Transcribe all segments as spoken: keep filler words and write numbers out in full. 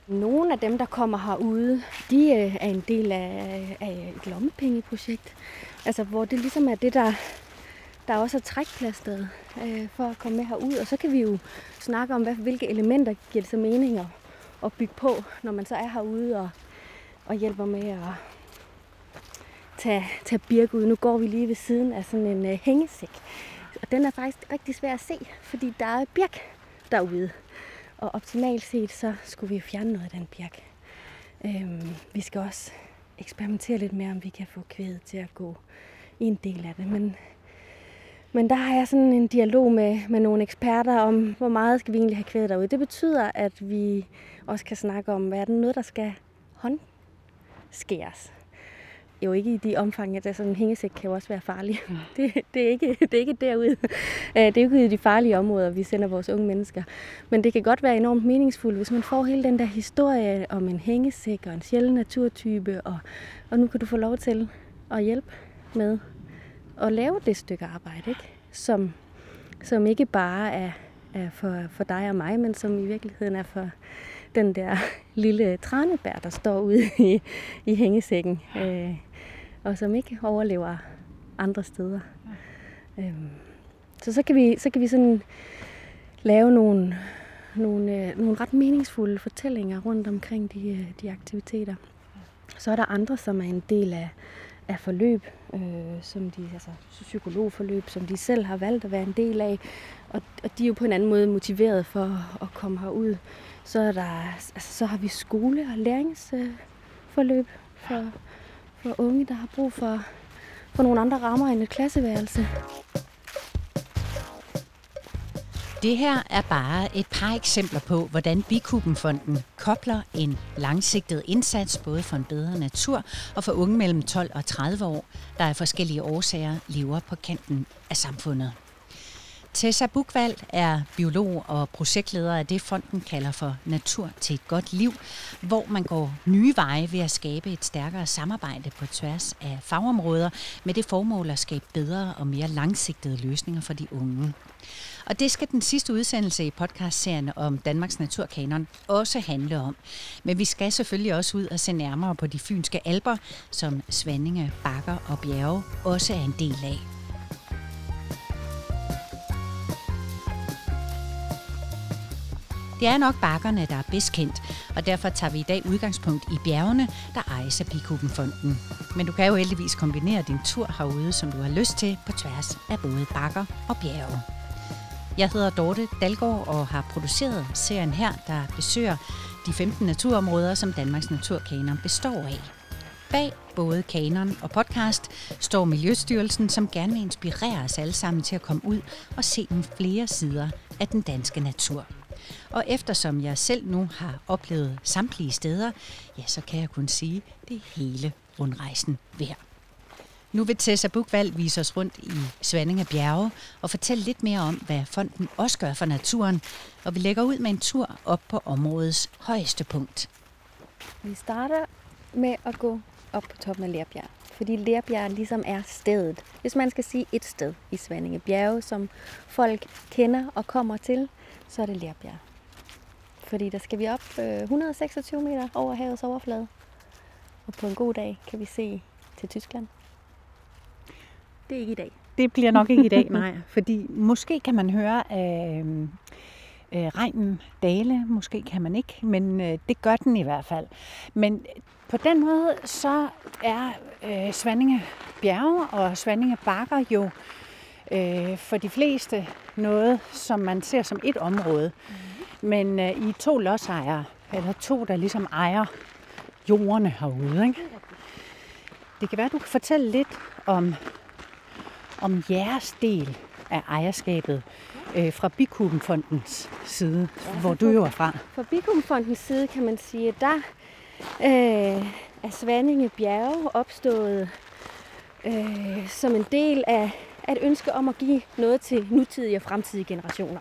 Nogle af dem, der kommer herude, de øh, er en del af, af et lommepengeprojekt. Altså, hvor det ligesom er det, der, der også er trækplasteret øh, for at komme med herud. Og så kan vi jo snakke om, hvad, hvilke elementer giver det så mening at, at bygge på, når man så er herude og, og hjælper med at tage, tage birk ud. Nu går vi lige ved siden af sådan en øh, hængesæk. Og den er faktisk rigtig svær at se, fordi der er birk derude. Og optimalt set, så skulle vi jo fjerne noget af den birk. Øhm, vi skal også eksperimentere lidt mere, om vi kan få kvæget til at gå i en del af det. Men, men der har jeg sådan en dialog med, med nogle eksperter om, hvor meget skal vi egentlig have kvæget derude. Det betyder, at vi også kan snakke om, hvad er det noget, der skal håndskæres. Jo ikke i de omfang, at sådan en hængesæk kan jo også være farlig. Det, det, er ikke, det er ikke derude. Det er ikke i de farlige områder, vi sender vores unge mennesker. Men det kan godt være enormt meningsfuldt, hvis man får hele den der historie om en hængesæk og en sjælden naturtype. Og, og nu kan du få lov til at hjælpe med at lave det stykke arbejde, ikke? Som, som ikke bare er, er for, for dig og mig, men som i virkeligheden er for den der lille tranebær, der står ude i, i hængesækken, øh, og som ikke overlever andre steder. Ja. Øhm, så så kan vi så kan vi sådan lave nogle nogle øh, nogle ret meningsfulde fortællinger rundt omkring de de aktiviteter. Så er der andre, som er en del af af forløb, øh, som de altså psykologforløb, som de selv har valgt at være en del af, og, og de er jo på en anden måde motiveret for at komme herud. Så er der altså, så har vi skole- og læringsforløb for for unge, der har brug for for nogle andre rammer end et klasseværelse. Det her er bare et par eksempler på, hvordan Bikubenfonden kobler en langsigtet indsats både for en bedre natur og for unge mellem tolv og tredive år, der af forskellige årsager lever på kanten af samfundet. Tessa Buchwald er biolog og projektleder af det, fonden kalder for Natur til et godt liv, hvor man går nye veje ved at skabe et stærkere samarbejde på tværs af fagområder med det formål at skabe bedre og mere langsigtede løsninger for de unge. Og det skal den sidste udsendelse i podcastserien om Danmarks Naturkanon også handle om. Men vi skal selvfølgelig også ud og se nærmere på de fynske alper, som Svanninge, bakker og bjerge også er en del af. Det er nok bakkerne, der er bedst kendt, og derfor tager vi i dag udgangspunkt i bjergene, der ejes af Bikubenfonden. Men du kan jo heldigvis kombinere din tur herude, som du har lyst til, på tværs af både bakker og bjerge. Jeg hedder Dorte Dalgaard og har produceret serien her, der besøger de femten naturområder, som Danmarks Naturkanon består af. Bag både kanon og podcast står Miljøstyrelsen, som gerne vil inspirere os alle sammen til at komme ud og se nogle flere sider af den danske natur. Og eftersom jeg selv nu har oplevet samtlige steder, ja, så kan jeg kun sige, det er hele rundrejsen værd. Nu vil Tessa Buchwald vise os rundt i Svanninge Bjerge og fortælle lidt mere om, hvad fonden også gør for naturen. Og vi lægger ud med en tur op på områdets højeste punkt. Vi starter med at gå op på toppen af Lerbjerg, fordi Lerbjerg ligesom er stedet. Hvis man skal sige et sted i Svanninge Bjerge, som folk kender og kommer til, så er det Lerbjerg. Fordi der skal vi op et hundrede og seksogtyve meter over havets overflade. Og på en god dag kan vi se til Tyskland. Det er ikke i dag. Det bliver nok ikke i dag, nej. Fordi måske kan man høre øh, øh, regnen dale, måske kan man ikke, men øh, det gør den i hvert fald. Men på den måde, så er øh, Svanninge Bjerge og Svanninge Bakker jo øh, for de fleste noget, som man ser som et område. Mm-hmm. Men øh, I to lodsejere, eller to, der ligesom ejer jordene herude, ikke? Det kan være, du kan fortælle lidt om om jeres del af ejerskabet øh, fra Bikubenfondens side, ja, hvor du jo er fra. Fra Bikubenfondens side kan man sige, at der øh, er Svanninge Bjerge opstået øh, som en del af, af et ønske om at give noget til nutidige og fremtidige generationer.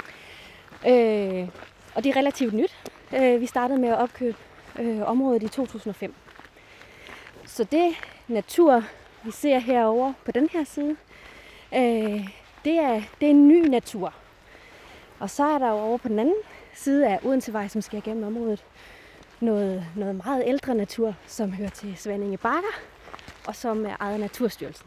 Øh, og det er relativt nyt. Øh, vi startede med at opkøbe øh, området i to tusind og fem. Så det natur, vi ser herovre på den her side, øh, det, er, det er en ny natur. Og så er der jo over på den anden side af Odensevej, som skal igennem området, noget, noget meget ældre natur, som hører til Svanninge Bakker, og som er ejet af Naturstyrelsen.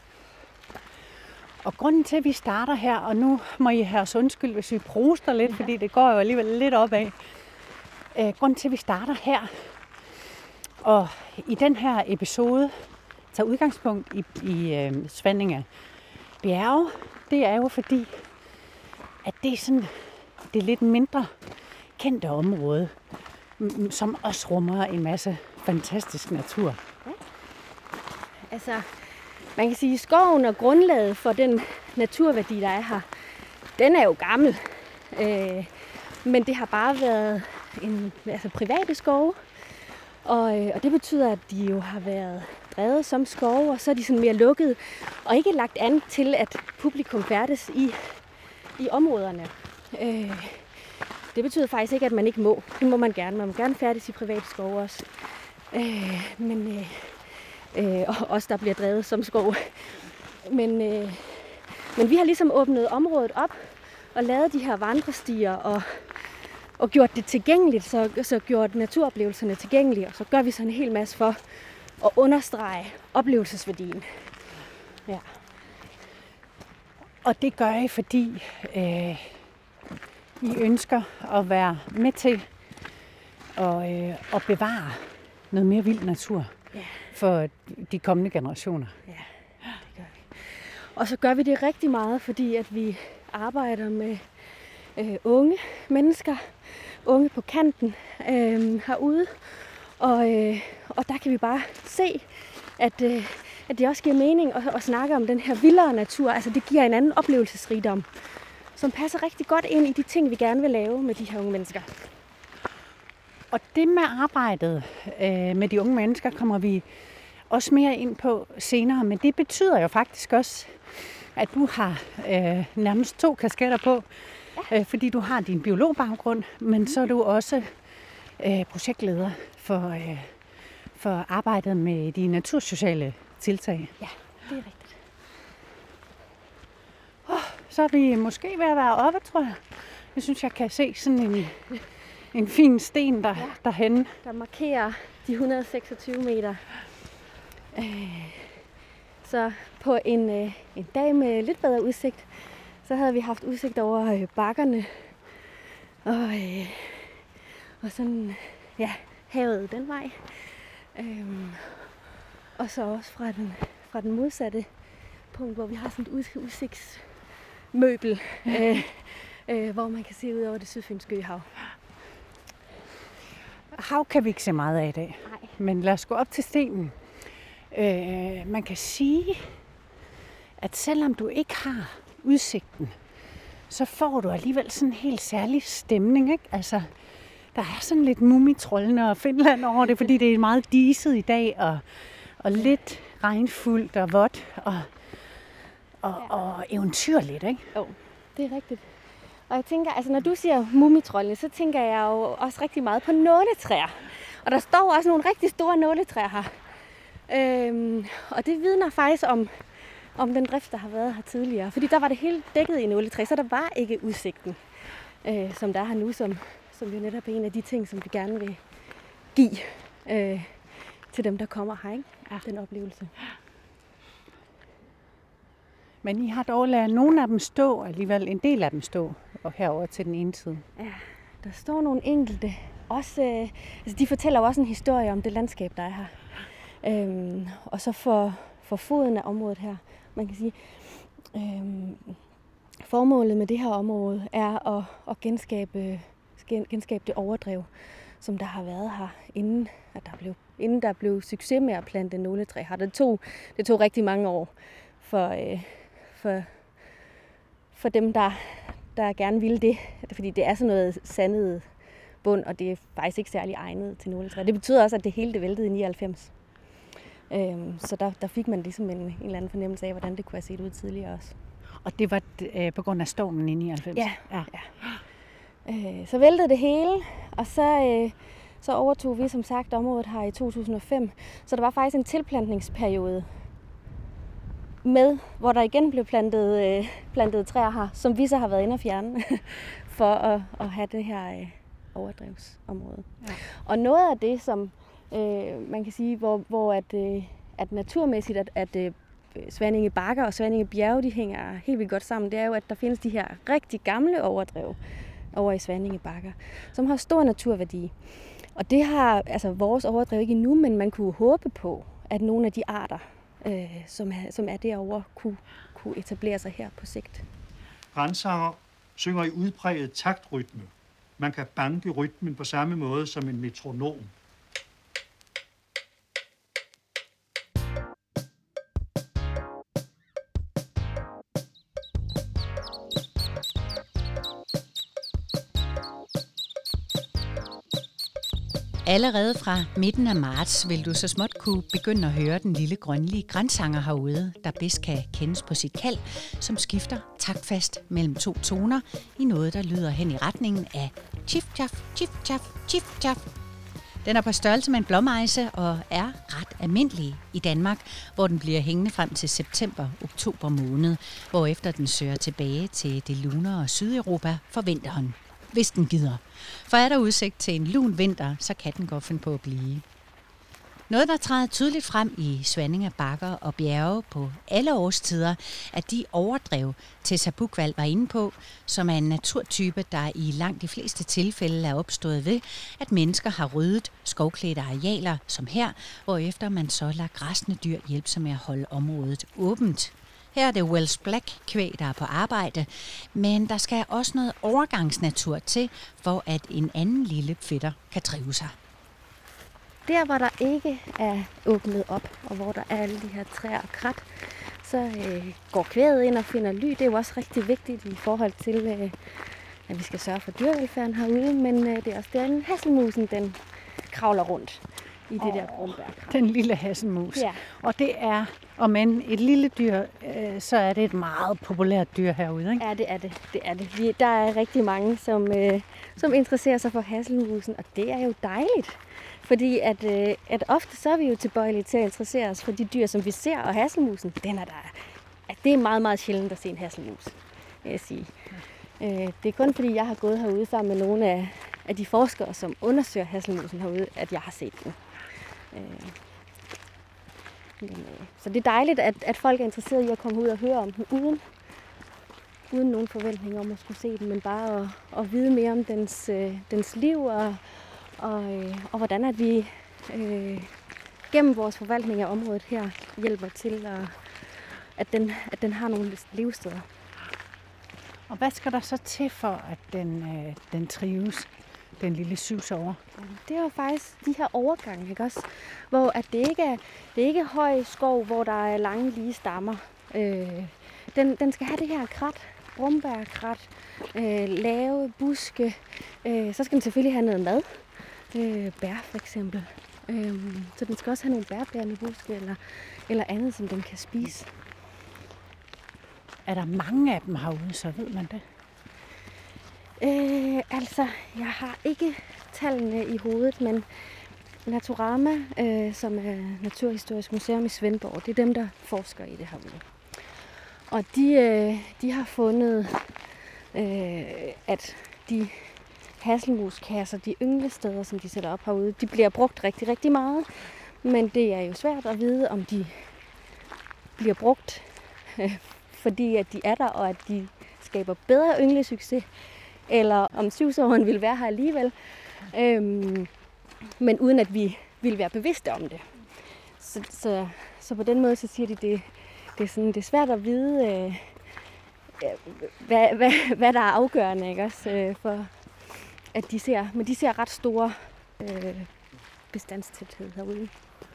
Og grunden til, at vi starter her, og nu må I have os undskyld, hvis vi proster lidt, fordi det går jo alligevel lidt opad. Øh, grunden til, at vi starter her, og i den her episode tager udgangspunkt i, i øh, Svanninge Bjerge, det er jo fordi, at det er sådan det lidt mindre kendte område, som også rummer en masse fantastisk natur. Ja. Altså, man kan sige, at skoven og grundlaget for den naturværdi, der er her, den er jo gammel. Øh, men det har bare været en, altså private skove, og, øh, og det betyder, at de jo har været drevet som skove, og så er de sådan mere lukkede, og ikke lagt an til, at publikum færdes i, i områderne. Øh, det betyder faktisk ikke, at man ikke må. Det må man gerne. Man må gerne færdes i private skove også. Øh, men øh, øh, og også der bliver drevet som skov. Men, øh, men vi har ligesom åbnet området op og lavet de her vandrestier og, og gjort det tilgængeligt, så, så gjort naturoplevelserne tilgængelige, og så gør vi sådan en hel masse for at understrege oplevelsesværdien. Ja. Og det gør I, fordi øh, I ønsker at være med til at, øh, at bevare noget mere vild natur Ja. for de kommende generationer. Ja, det gør vi. Og så gør vi det rigtig meget, fordi at vi arbejder med øh, unge mennesker, unge på kanten øh, herude. Og, øh, og der kan vi bare se, at, øh, at det også giver mening at, at snakke om den her vildere natur. Altså det giver en anden oplevelsesrigdom, som passer rigtig godt ind i de ting, vi gerne vil lave med de her unge mennesker. Og det med arbejdet øh, med de unge mennesker kommer vi også mere ind på senere, men det betyder jo faktisk også, at du har øh, nærmest to kasketter på, øh, fordi du har din biologbaggrund, men så er du også øh, projektleder for, øh, for arbejdet med de natursociale tiltag. Ja, det er rigtigt. Oh, så er vi måske ved at være oppe, tror jeg. Jeg synes, jeg kan se sådan en, en fin sten der, ja. derhenne. Der markerer de et hundrede og seksogtyve meter. Øh, så på en, øh, en dag med lidt bedre udsigt, så havde vi haft udsigt over øh, bakkerne og, øh, og sådan, ja, havet den vej. Øh, og så også fra den, fra den modsatte punkt, hvor vi har sådan et udsigtsmøbel, øh, øh, hvor man kan se ud over det sydfynske øhav. Hav kan vi ikke se meget af i dag, Nej. Men lad os gå op til stenen. Øh, man kan sige, at selvom du ikke har udsigten, så får du alligevel sådan en helt særlig stemning, ikke? Altså, der er sådan lidt mumitrollene og Finland over det, fordi det er meget diset i dag, og, og lidt regnfuldt og vådt og, og, og eventyrligt, ikke? Jo, det er rigtigt. Og jeg tænker, altså når du siger mumitrollene, så tænker jeg jo også rigtig meget på nåletræer. Og der står også nogle rigtig store nåletræer her. Øhm, og det vidner faktisk om, om den drift, der har været her tidligere. Fordi der var det helt dækket i nåletræ, så der var ikke udsigten, øh, som der er her nu, som, som jo netop er en af de ting, som vi gerne vil give øh, til dem, der kommer her, ikke? Ja. Den oplevelse. Men I har dog ladet nogle af dem stå, alligevel en del af dem stå, og herover til den ene side. Ja, der står nogle enkelte. Også, øh, altså de fortæller jo også en historie om det landskab, der er her. Øhm, og så for, for foden af området her, man kan sige, øhm, formålet med det her område er at, at genskabe, genskabe det overdrev, som der har været her, inden, at der blev, inden der blev succes med at plante nåletræ her. Det tog, det tog rigtig mange år for, øh, for, for dem, der, der gerne ville det, fordi det er sådan noget sandet bund, og det er faktisk ikke særlig egnet til nåletræ. Det betyder også, at det hele det væltede i nioghalvfems. Øhm, så der, der fik man ligesom en, en eller anden fornemmelse af, hvordan det kunne have set ud tidligere også. Og det var øh, på grund af stormen i nioghalvfems? Ja. ja. ja. Øh, så væltede det hele, og så, øh, så overtog vi som sagt området her i to tusind og fem. Så der var faktisk en tilplantningsperiode med, hvor der igen blev plantet, øh, plantet træer her, som vi så har været inde og fjerne for at, at have det her øh, overdrevsområde. Ja. Og noget af det, som øh, man kan sige, hvor, hvor at, øh, at naturmæssigt, at, at øh, Svanninge Bakker og Svanninge Bjerge, de hænger helt vildt godt sammen, det er jo, at der findes de her rigtig gamle overdrev over i Svanninge Bakker, som har stor naturværdi. Og det har altså vores overdrev ikke endnu, men man kunne håbe på, at nogle af de arter, øh, som, er, som er derovre, kunne, kunne etablere sig her på sigt. Grænsanger synger i udpræget taktrytme. Man kan banke rytmen på samme måde som en metronom. Allerede fra midten af marts vil du så småt kunne begynde at høre den lille grønlige grænsanger herude, der bedst kan kendes på sit kald, som skifter taktfast mellem to toner i noget, der lyder hen i retningen af chif-chaf, chif-chaf, chif-chaf. Den er på størrelse med en blåmejse og er ret almindelig i Danmark, hvor den bliver hængende frem til september-oktober måned, hvorefter den søger tilbage til det lunere Sydeuropa for vinteren. Hvis den gider. For er der udsigt til en lun vinter, så kan den godt finde på at blive. Noget, der træder tydeligt frem i Svanninge Bakker og Bjerge på alle årstider, er de overdrev, Tessa Buchwald var inde på, som er en naturtype, der i langt de fleste tilfælde er opstået ved, at mennesker har ryddet skovklædte arealer som her, hvorefter man så lader græsne dyr hjælpe sig med at holde området åbent. Her er det Welsh Black kvæg, der er på arbejde, men der skal også noget overgangsnatur til, for at en anden lille fætter kan trive sig. Der, hvor der ikke er åbnet op, og hvor der er alle de her træer og krat, så øh, går kvæget ind og finder ly. Det er jo også rigtig vigtigt i forhold til, øh, at vi skal sørge for dyrevelfærden herude, men øh, det er også der, hasselmusen den kravler rundt i det oh, der brombærkrat. Den lille hasselmus. Ja. Og det er, om end et lille dyr, øh, så er det et meget populært dyr herude, ikke? Ja, det er det. det, er det. Vi, der er rigtig mange, som, øh, som interesserer sig for hasselmusen, og det er jo dejligt. Fordi at, øh, at ofte så er vi jo tilbøjelige til at interessere os for de dyr, som vi ser, og hasselmusen, den er der. At det er meget, meget sjældent at se en hasselmus, vil jeg sige. Øh, det er kun fordi, jeg har gået herude sammen med nogle af, af de forskere, som undersøger hasselmusen herude, at jeg har set den. Øh, men, øh, så det er dejligt, at, at folk er interesserede i at komme ud og høre om den, uden, uden nogen forventning om at skulle se den, men bare at, at vide mere om dens, øh, dens liv, og, og, øh, og hvordan at vi øh, gennem vores forvaltning af området her hjælper til, at, at, den, at den har nogle levesteder. Og hvad skal der så til for, at den, øh, den trives, den lille syvsover? Det er jo faktisk de her overgange, ikke også? Hvor at det ikke er, det er ikke høj skov, hvor der er lange lige stammer. Øh, den, den skal have det her krat, brombærkrat, øh, lave buske. Øh, så skal den selvfølgelig have noget mad. Øh, bær for eksempel. Øh, så den skal også have nogle bærbærende buske eller, eller andet, som den kan spise. Er der mange af dem herude, så ved man det? Øh, altså, jeg har ikke tallene i hovedet, men Naturama, øh, som er Naturhistorisk Museum i Svendborg, det er dem, der forsker i det herude. Og de, øh, de har fundet, øh, at de hasselmuskasser, de ynglesteder, som de sætter op herude, de bliver brugt rigtig, rigtig meget. Men det er jo svært at vide, om de bliver brugt, øh, fordi at de er der, og at de skaber bedre ynglesucces, eller om syvsoveren vil være her alligevel, øhm, men uden at vi vil være bevidste om det. Så, så, så på den måde så siger de, det, det, er, sådan, det er svært at vide, øh, hvad, hvad, hvad der er afgørende, ikke også, øh, for at de ser, men de ser ret store øh, bestandstæthed herude.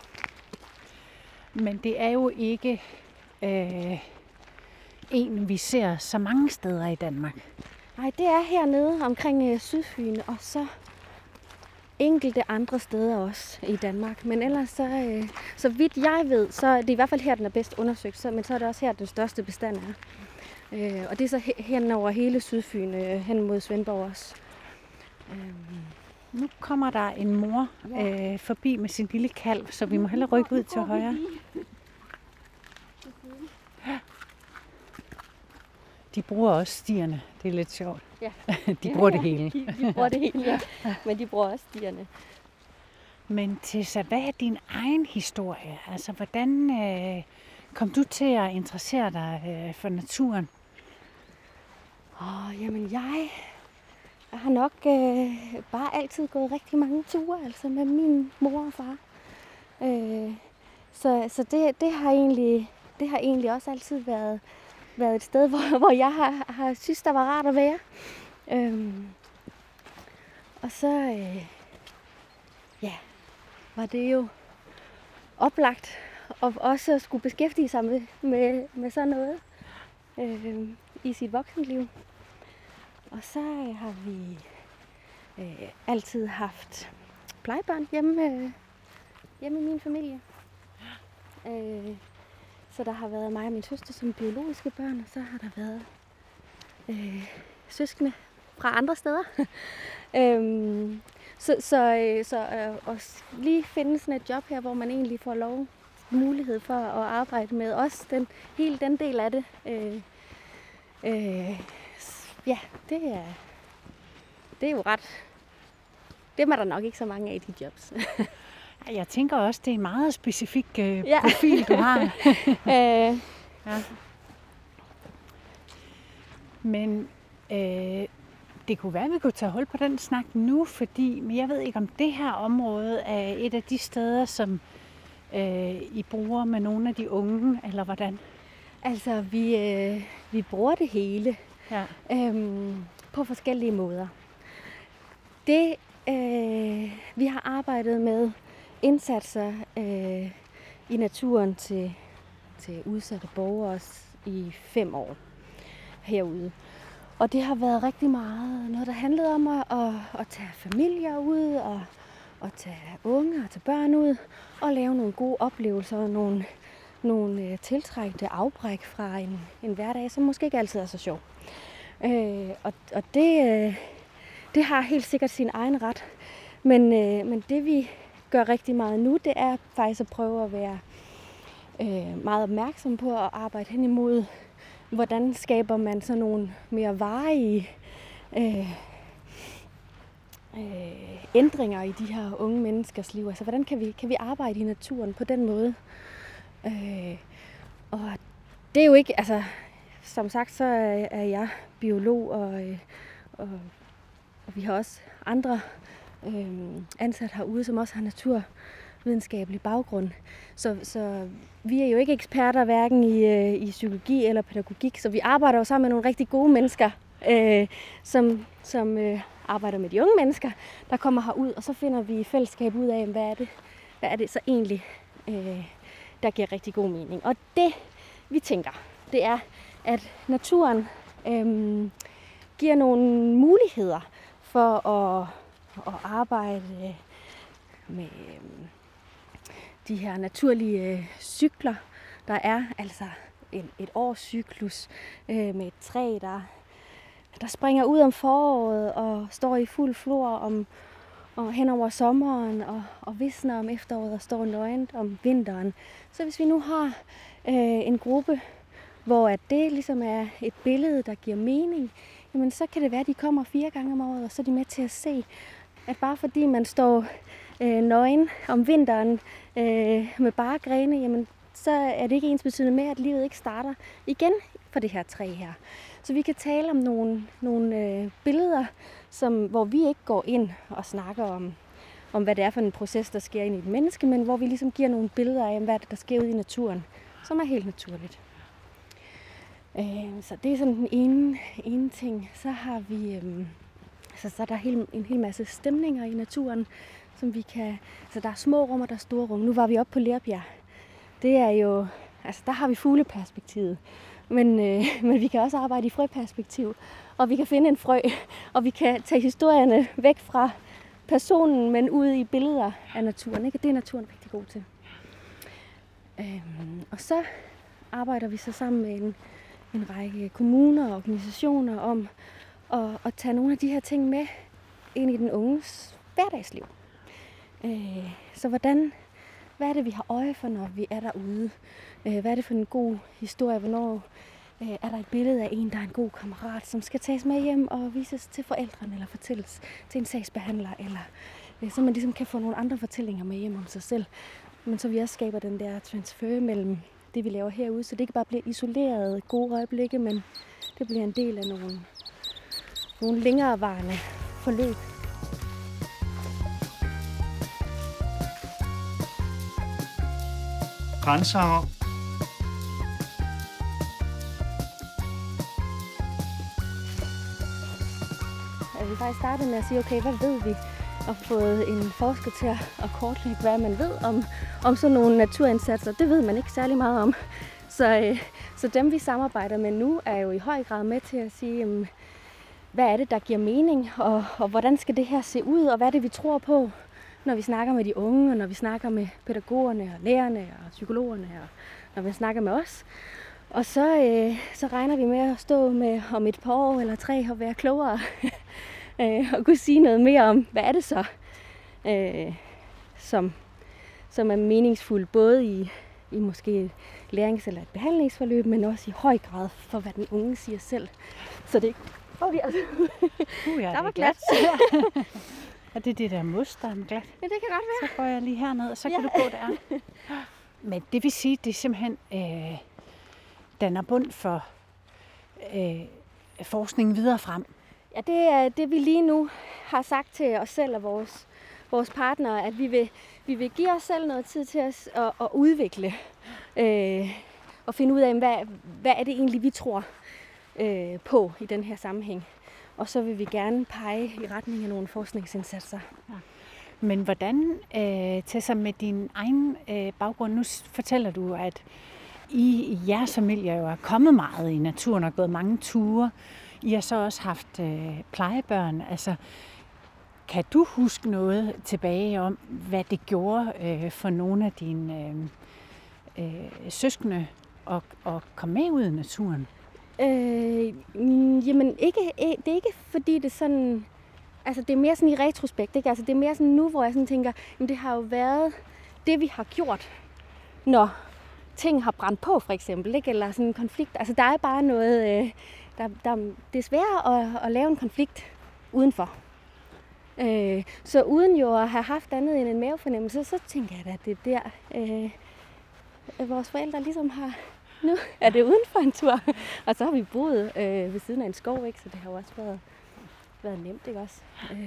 Men det er jo ikke øh, en, vi ser så mange steder i Danmark. Nej, det er hernede omkring øh, Sydfyn, og så enkelte andre steder også i Danmark. Men ellers, så, øh, så vidt jeg ved, så er det i hvert fald her, den er bedst undersøgt, så, men så er det også her, den største bestand er. Øh, og det er så he- hen over hele Sydfyn, øh, hen mod Svendborg også. Øh. Nu kommer der en mor øh, forbi med sin lille kalv, så vi må hellere rykke ud til højre. De bruger også stierne. Det er lidt sjovt. Ja. De bruger det hele. De, de bruger det hele, ja. Men de bruger også stierne. Men Tessa, hvad er din egen historie? Altså, hvordan øh, kom du til at interessere dig øh, for naturen? Åh, jamen jeg, jeg har nok øh, bare altid gået rigtig mange ture, altså med min mor og far. Øh, så så det, det, har egentlig, det har egentlig også altid været, været et sted, hvor, hvor jeg har, har synes, der var rart at være. Øh, og så øh, ja, var det jo oplagt at også skulle beskæftige sig med, med, med sådan noget øh, i sit voksenliv. Og så øh, har vi øh, altid haft plejebørn hjemme, øh, hjemme i min familie. Øh, så der har været mig og min søster som biologiske børn, og så har der været øh, søskende fra andre steder. øhm, så så, øh, så øh, at lige finde sådan et job her, hvor man egentlig får lov mulighed for at arbejde med også den, hele den del af det. Øh, øh, ja, det er, det er jo ret... Det er der nok ikke så mange af de jobs. Jeg tænker også, det er en meget specifik øh, Ja. profil, du har. øh, Ja. Men øh, det kunne være, at vi kunne tage hul på den snak nu, fordi men jeg ved ikke, om det her område er et af de steder, som øh, I bruger med nogle af de unge, eller hvordan? altså, vi, øh, vi bruger det hele Ja. øhm, på forskellige måder. Det, øh, vi har arbejdet med indsatser øh, i naturen til, til udsatte borgere i fem år herude. Og det har været rigtig meget noget, der handlede om at, at, at tage familier ud, og at tage unge og tage børn ud, og lave nogle gode oplevelser og nogle, nogle øh, tiltrækte afbræk fra en, en hverdag, som måske ikke altid er så sjov. Øh, og og det, øh, det har helt sikkert sin egen ret. Men, øh, men det vi gør rigtig meget nu, det er faktisk at prøve at være øh, meget opmærksom på at arbejde hen imod, hvordan skaber man så nogle mere varige øh, øh, ændringer i de her unge menneskers liv. Altså hvordan kan vi, kan vi arbejde i naturen på den måde? Øh, og det er jo ikke, altså som sagt, så er jeg biolog, og, øh, og, og vi har også andre øh, ansat herude, som også har naturvidenskabelig baggrund. Så, så vi er jo ikke eksperter hverken i, øh, i psykologi eller pædagogik, så vi arbejder jo sammen med nogle rigtig gode mennesker, øh, som, som øh, arbejder med de unge mennesker, der kommer herud, og så finder vi i fællesskab ud af, hvad er det, hvad er det så egentlig, øh, der giver rigtig god mening. Og det, vi tænker, det er, at naturen øh, giver nogle muligheder for at, at arbejde med øh, de her naturlige øh, cykler, der er, altså en, et års cyklus øh, med et træ, der, der springer ud om foråret og står i fuld flor om, og hen over sommeren og, og visner om efteråret og står nøgent om vinteren. Så hvis vi nu har øh, en gruppe, hvor at det ligesom er et billede, der giver mening, jamen så kan det være, at de kommer fire gange om året, og så er de med til at se, at bare fordi man står øh, nøgen om vinteren øh, med bare grene, jamen så er det ikke ensbetydende med, at livet ikke starter igen på det her træ her. Så vi kan tale om nogle, nogle øh, billeder, som, hvor vi ikke går ind og snakker om, om, hvad det er for en proces, der sker ind i et menneske, men hvor vi ligesom giver nogle billeder af, hvad der sker ude i naturen, som er helt naturligt. Øh, så det er sådan den ene, ene ting. Så har vi, øh, så, så er der helt, en hel masse stemninger i naturen, som vi kan, så der er små rum og der er store rum. Nu var vi oppe på Lerbjerg. Det er jo, altså der har vi fugleperspektivet, men, øh, men vi kan også arbejde i frøperspektiv, og vi kan finde en frø, og vi kan tage historierne væk fra personen, men ud i billeder af naturen, ikke? Det er naturen rigtig god til. Øhm, og så arbejder vi så sammen med en, en række kommuner og organisationer om at, at tage nogle af de her ting med ind i den unges hverdagsliv. Øh, så hvordan, hvad er det, vi har øje for, når vi er derude? Øh, hvad er det for en god historie? Hvornår Øh, er der et billede af en, der er en god kammerat, som skal tages med hjem og vises til forældrene, eller fortælles til en sagsbehandler, eller øh, så man ligesom kan få nogle andre fortællinger med hjem om sig selv. Men så vi også skaber den der transfer mellem det, vi laver herude, så det ikke bare bliver isolerede gode øjeblikke, men det bliver en del af nogle, nogle længerevarende forløb. Grænsanger. Jeg vil faktisk starte med at sige, okay, hvad ved vi? Og fået en forsker til at kortlægge, hvad man ved om, om sådan nogle naturindsatser. Det ved man ikke særlig meget om. Så, øh, så dem, vi samarbejder med nu, er jo i høj grad med til at sige, øh, hvad er det, der giver mening, og, og hvordan skal det her se ud, og hvad er det, vi tror på, når vi snakker med de unge, og når vi snakker med pædagogerne og lærerne og psykologerne, og når vi snakker med os. Og så, øh, så regner vi med at stå med om et par år eller tre og være klogere øh, og kunne sige noget mere om, hvad er det så, øh, som, som er meningsfuldt, både i, i måske et lærings- eller et behandlingsforløb, men også i høj grad for, hvad den unge siger selv. Så det er ikke... Oh, altså. uh, ja, der var det glat. Er det det der mos, der er glat? Ja, det kan godt være. Så går jeg lige herned, og så kan Ja. du gå der. Men det vil sige, det er simpelthen øh, danner bund for øh, forskningen videre frem. Ja, det er det, vi lige nu har sagt til os selv og vores, vores partnere, at vi vil, vi vil give os selv noget tid til os at, at udvikle øh, og finde ud af, hvad, hvad er det egentlig, vi tror øh, på i den her sammenhæng. Og så vil vi gerne pege i retning af nogle forskningsindsatser. Ja. Men hvordan, øh, Tessa, med din egen øh, baggrund, nu fortæller du, at I i jeres familie jo er kommet meget i naturen og gået mange ture. I har så også haft øh, plejebørn. Altså, kan du huske noget tilbage om, hvad det gjorde øh, for nogle af dine øh, øh, søskende at, at komme med ud i naturen? Øh, jamen, ikke, det er ikke fordi det er sådan... Altså, det er mere sådan i retrospekt, ikke? Altså, det er mere sådan nu, hvor jeg sådan tænker, jamen, det har jo været det, vi har gjort, når ting har brændt på, for eksempel, ikke? Eller sådan en konflikt. Altså, der er bare noget... Øh, der, der, det er svært at, at lave en konflikt udenfor. Øh, så uden jo at have haft andet end en mavefornemmelse, så tænker jeg da, at det er der, øh, vores forældre ligesom har... Nu er det uden for en tur, og så har vi boet øh, ved siden af en skov, ikke? Så det har jo også været, været nemt, ikke også? Øh,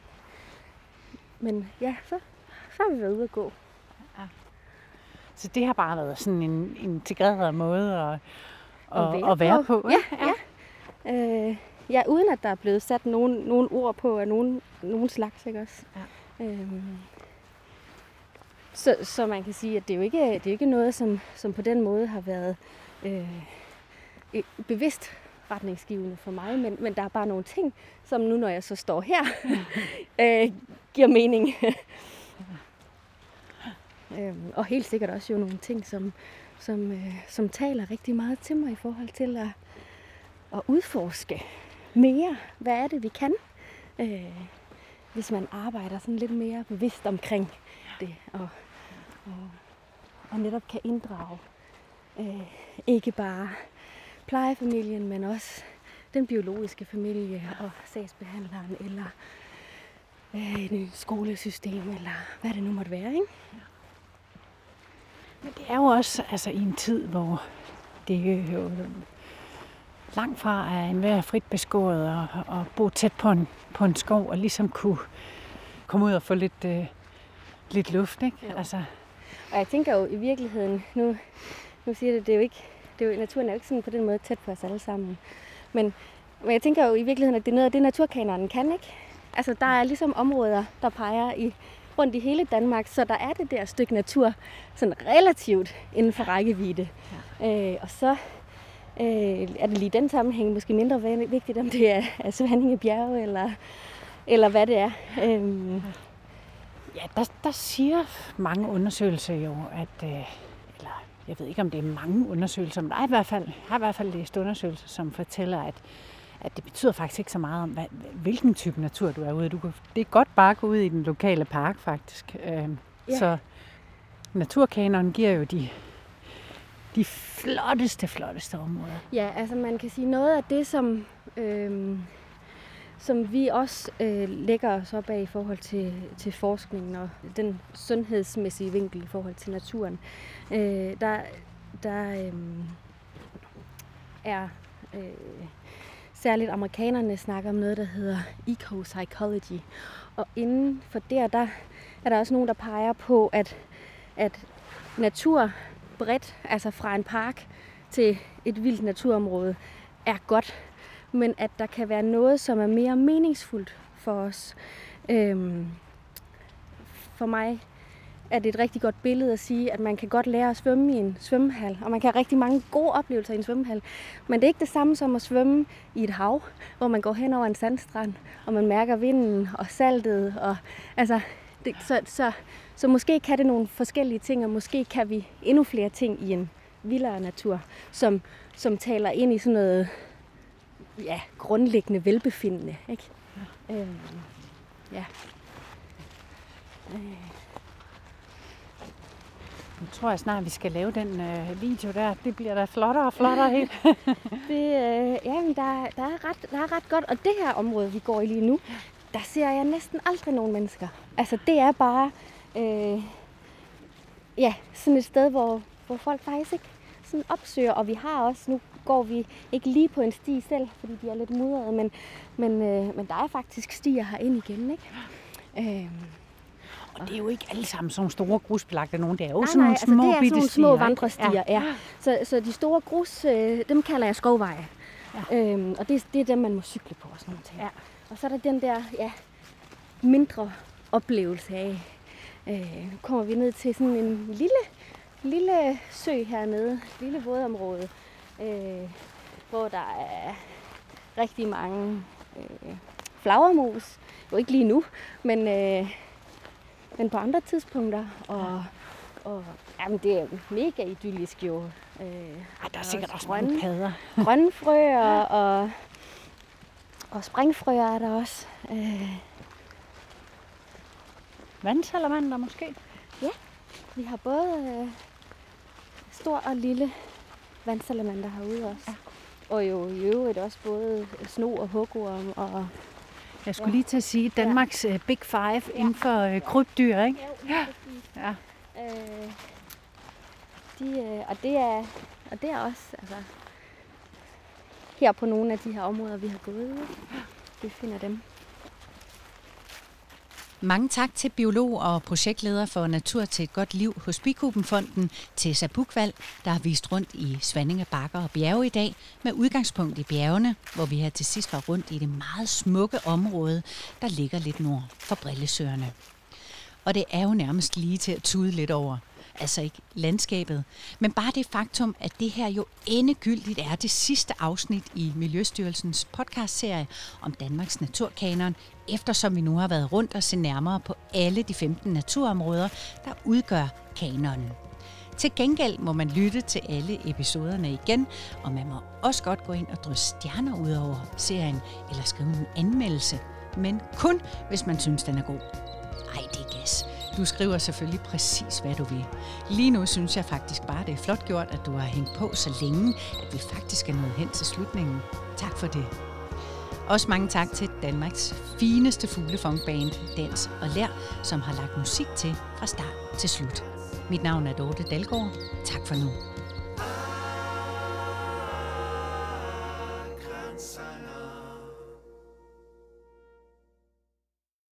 men ja, så, så har vi været ude at gå. Ja. Så det har bare været sådan en integreret måde at, at, at, være, at være på. på ja, ja. Ja. Øh, ja, uden at der er blevet sat nogen, nogen ord på af nogen, nogen slags, ikke også? Ja. Øh, Så, så man kan sige, at det er jo ikke, det er ikke noget, som, som på den måde har været øh, bevidst retningsgivende for mig, men, men der er bare nogle ting, som nu, når jeg så står her, øh, giver mening. øhm, og helt sikkert også jo nogle ting, som, som, øh, som taler rigtig meget til mig i forhold til at, at udforske mere. Hvad er det, vi kan, øh, hvis man arbejder sådan lidt mere bevidst omkring det, og, og, og netop kan inddrage øh, ikke bare plejefamilien, men også den biologiske familie og sagsbehandleren, eller øh, et skolesystem, eller hvad det nu måtte være, ikke? Men det er jo også altså, i en tid, hvor det jo langt fra er enhver frit beskåret og, og bo tæt på en, på en skov og ligesom kunne komme ud og få lidt, øh, lidt luft, ikke? Altså. Og jeg tænker jo i virkeligheden, nu, nu siger det, det er jo ikke, det er jo, naturen er jo ikke sådan på den måde tæt på os alle sammen. Men, men jeg tænker jo i virkeligheden, at det er noget af det, naturkanonen kan, ikke? Altså der er ligesom områder, der peger i, rundt i hele Danmark, så der er det der stykke natur sådan relativt inden for rækkevidde. Ja. Øh, og så øh, er det lige den sammenhæng måske mindre vigtigt, om det er, er Svanninge Bjerge eller, eller hvad det er. Øh, Ja, der, der siger mange undersøgelser jo, at, øh, eller jeg ved ikke, om det er mange undersøgelser, men der er i hvert fald, har i hvert fald læst undersøgelser, som fortæller, at, at det betyder faktisk ikke så meget om, hvad, hvilken type natur du er ude. Du kan, det er godt bare at gå ud i den lokale park, faktisk. Øh, ja. Så naturkanonen giver jo de, de flotteste, flotteste områder. Ja, altså man kan sige noget af det, som, øh, som vi også øh, lægger os op af i forhold til, til forskningen og den sundhedsmæssige vinkel i forhold til naturen. Øh, der der øh, er øh, særligt amerikanerne snakker om noget, der hedder ecopsychology. Og inden for der, der er der også nogen, der peger på, at, at natur bredt, altså fra en park til et vildt naturområde, er godt. Men at der kan være noget, som er mere meningsfuldt for os. Øhm, for mig er det et rigtig godt billede at sige, at man kan godt lære at svømme i en svømmehal, og man kan have rigtig mange gode oplevelser i en svømmehal. Men det er ikke det samme som at svømme i et hav, hvor man går hen over en sandstrand, og man mærker vinden og saltet. Og, altså, det, så, så, så måske kan det nogle forskellige ting, og måske kan vi endnu flere ting i en vildere natur, som, som taler ind i sådan noget ja, grundlæggende velbefindende. Ikke? Ja. Øhm, ja. Øh. Nu tror jeg snart, vi skal lave den øh, video der. Det bliver da flottere og flottere helt. det, øh, jamen, der, der, er ret, der er ret godt. Og det her område, vi går i lige nu, der ser jeg næsten aldrig nogen mennesker. Altså, det er bare øh, ja, sådan et sted, hvor, hvor folk faktisk ikke sådan opsøger. Og vi har også, nu går vi ikke lige på en sti selv, fordi de er lidt mudrede, men, men, øh, men der er faktisk stier herinde igen, ikke? Øh, Og det er jo ikke alle sammen sådan store grusbelagte nogen. Det er jo nej, sådan nogle nej, små altså det er bitte sådan nogle små stier, vandrestier, ja. ja. Så, så de store grus, øh, dem kalder jeg skovveje. Ja. Øhm, og det, det er dem, man må cykle på og sådan noget. Ja. Og så er der den der ja, mindre oplevelse af. Øh, nu kommer vi ned til sådan en lille, lille sø hernede, et lille vådområde, øh, hvor der er rigtig mange øh, flagermus. Jo ikke lige nu, men... Øh, Men på andre tidspunkter, og, og jamen, det er mega idyllisk jo. Øh, Ej, der er sikkert også grønne, nogle padder. grønne frøer, og, og springfrøer er der også. Øh. Vandsalamander måske? Ja, vi har både øh, stor og lille vandsalamander herude også. Ja. Og jo i øvrigt også både sno og hugorm og... Jeg skulle ja. lige til at sige Danmarks ja. Big Five ja. inden for uh, krybdyr, ikke? Ja, ja. Øh, de, øh, og, det er, og det er også altså, her på nogle af de her områder, vi har gået. Vi finder dem. Mange tak til biolog og projektleder for Natur til et godt liv hos Bikubenfonden, Tessa Buchwald, der har vist rundt i Svanninge Bakker og bjerge i dag, med udgangspunkt i bjergene, hvor vi her til sidst var rundt i det meget smukke område, der ligger lidt nord for Brillesøerne. Og det er jo nærmest lige til at tude lidt over. Altså ikke landskabet, men bare det faktum, at det her jo endegyldigt er det sidste afsnit i Miljøstyrelsens podcastserie om Danmarks naturkanon, eftersom vi nu har været rundt og se nærmere på alle de femten naturområder, der udgør kanonen. Til gengæld må man lytte til alle episoderne igen, og man må også godt gå ind og drysse stjerner ud over serien, eller skrive en anmeldelse, men kun hvis man synes, den er god. Ej, det er gas. Du skriver selvfølgelig præcis, hvad du vil. Lige nu synes jeg faktisk bare, det er flot gjort, at du har hængt på så længe, at vi faktisk er nået hen til slutningen. Tak for det. Også mange tak til Danmarks fineste fuglefungband, Dans og Lær, som har lagt musik til fra start til slut. Mit navn er Dorte Dalgaard. Tak for nu.